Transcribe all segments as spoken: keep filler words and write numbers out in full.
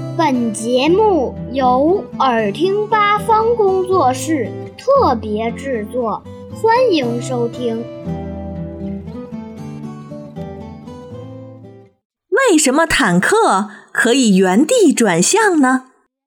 本节目由耳听八方工作室特别制作，欢迎收听。 为什么坦克可以原地转向呢？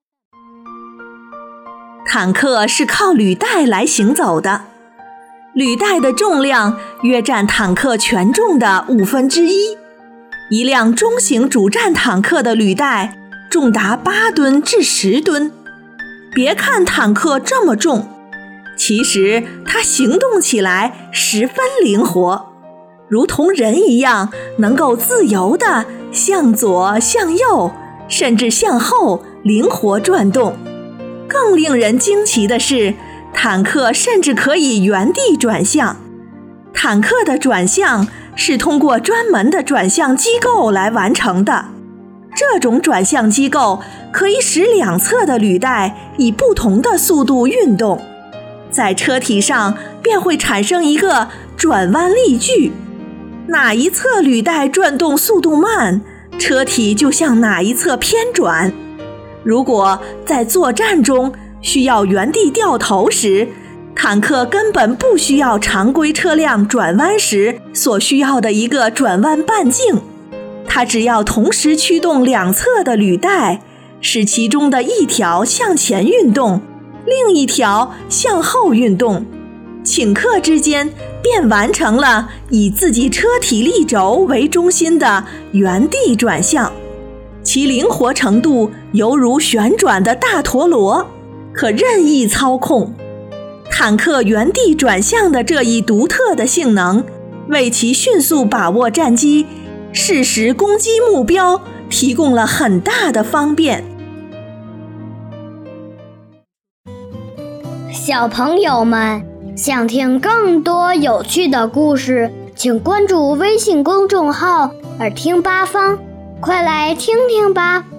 坦克是靠履带来行走的，履带的重量约占坦克全重的五分之一。一辆中型主战坦克的履带重达八吨至十吨。别看坦克这么重，其实它行动起来十分灵活，如同人一样，能够自由地向左、向右，甚至向后灵活转动。更令人惊奇的是，坦克甚至可以原地转向。坦克的转向是通过专门的转向机构来完成的。这种转向机构可以使两侧的履带以不同的速度运动，在车体上便会产生一个转弯力矩。哪一侧履带转动速度慢，车体就向哪一侧偏转。如果在作战中需要原地掉头时，坦克根本不需要常规车辆转弯时所需要的一个转弯半径，它只要同时驱动两侧的履带，使其中的一条向前运动，另一条向后运动，顷刻之间便完成了以自己车体力轴为中心的原地转向。其灵活程度犹如旋转的大陀螺，可任意操控。坦克原地转向的这一独特的性能，为其迅速把握战机、适时攻击目标提供了很大的方便。 小朋友们，想听更多有趣的故事，请关注微信公众号“耳听八方”，快来听听吧。